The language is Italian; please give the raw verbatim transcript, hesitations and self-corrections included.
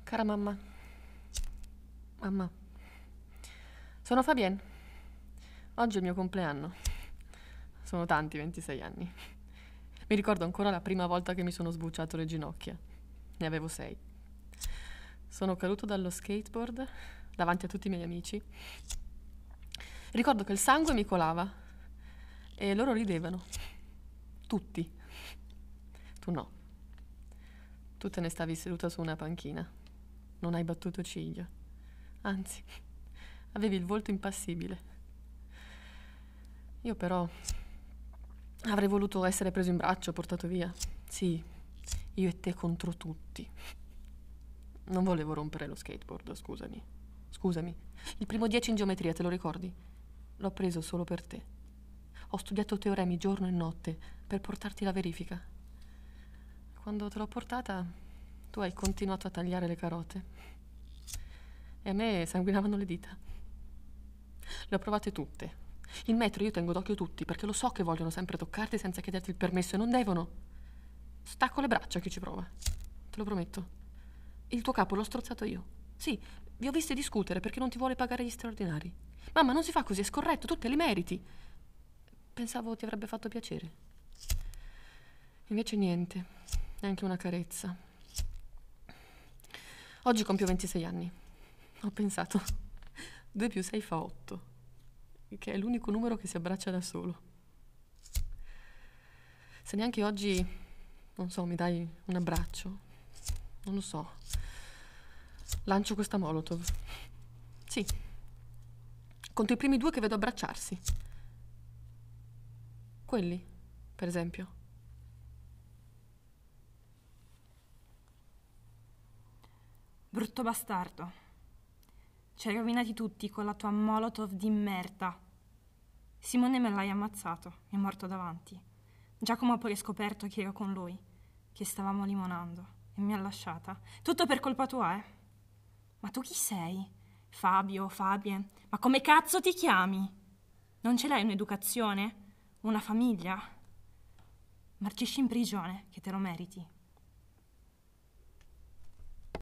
Cara mamma. Mamma. Sono Fabienne. Oggi è il mio compleanno. Sono tanti, ventisei anni. Mi ricordo ancora la prima volta che mi sono sbucciato le ginocchia. Ne avevo sei. Sono caduto dallo skateboard davanti a tutti i miei amici. Ricordo che il sangue mi colava e loro ridevano. Tutti. Tu no. Tu te ne stavi seduta su una panchina. Non hai battuto ciglio. Anzi, avevi il volto impassibile. Io però avrei voluto essere preso in braccio, portato via. Sì, io e te contro tutti. Non volevo rompere lo skateboard, scusami. Scusami. Il primo dieci in geometria, te lo ricordi? L'ho preso solo per te. Ho studiato teoremi giorno e notte per portarti la verifica. Quando te l'ho portata, tu hai continuato a tagliare le carote. E a me sanguinavano le dita. Le ho provate tutte. In metro io tengo d'occhio tutti, perché lo so che vogliono sempre toccarti senza chiederti il permesso e non devono. Stacco le braccia a chi ci prova. Te lo prometto. Il tuo capo l'ho strozzato io. Sì, vi ho visti discutere perché non ti vuole pagare gli straordinari. Mamma, non si fa così, è scorretto, tu te li meriti. Pensavo ti avrebbe fatto piacere. Invece niente, neanche una carezza. Oggi compio ventisei anni. Ho pensato, due più sei fa otto, che è l'unico numero che si abbraccia da solo. Se neanche oggi, non so, mi dai un abbraccio, non lo so, lancio questa Molotov. Sì, contro i primi due che vedo abbracciarsi. Quelli, per esempio. Brutto bastardo. Ci hai rovinati tutti con la tua Molotov di merda. Simone me l'hai ammazzato, è morto davanti. Giacomo ha pure scoperto che ero con lui, che stavamo limonando, e mi ha lasciata. Tutto per colpa tua, eh? Ma tu chi sei? Fabio, Fabien? Ma come cazzo ti chiami? Non ce l'hai un'educazione? Una famiglia? Marcisci in prigione, che te lo meriti.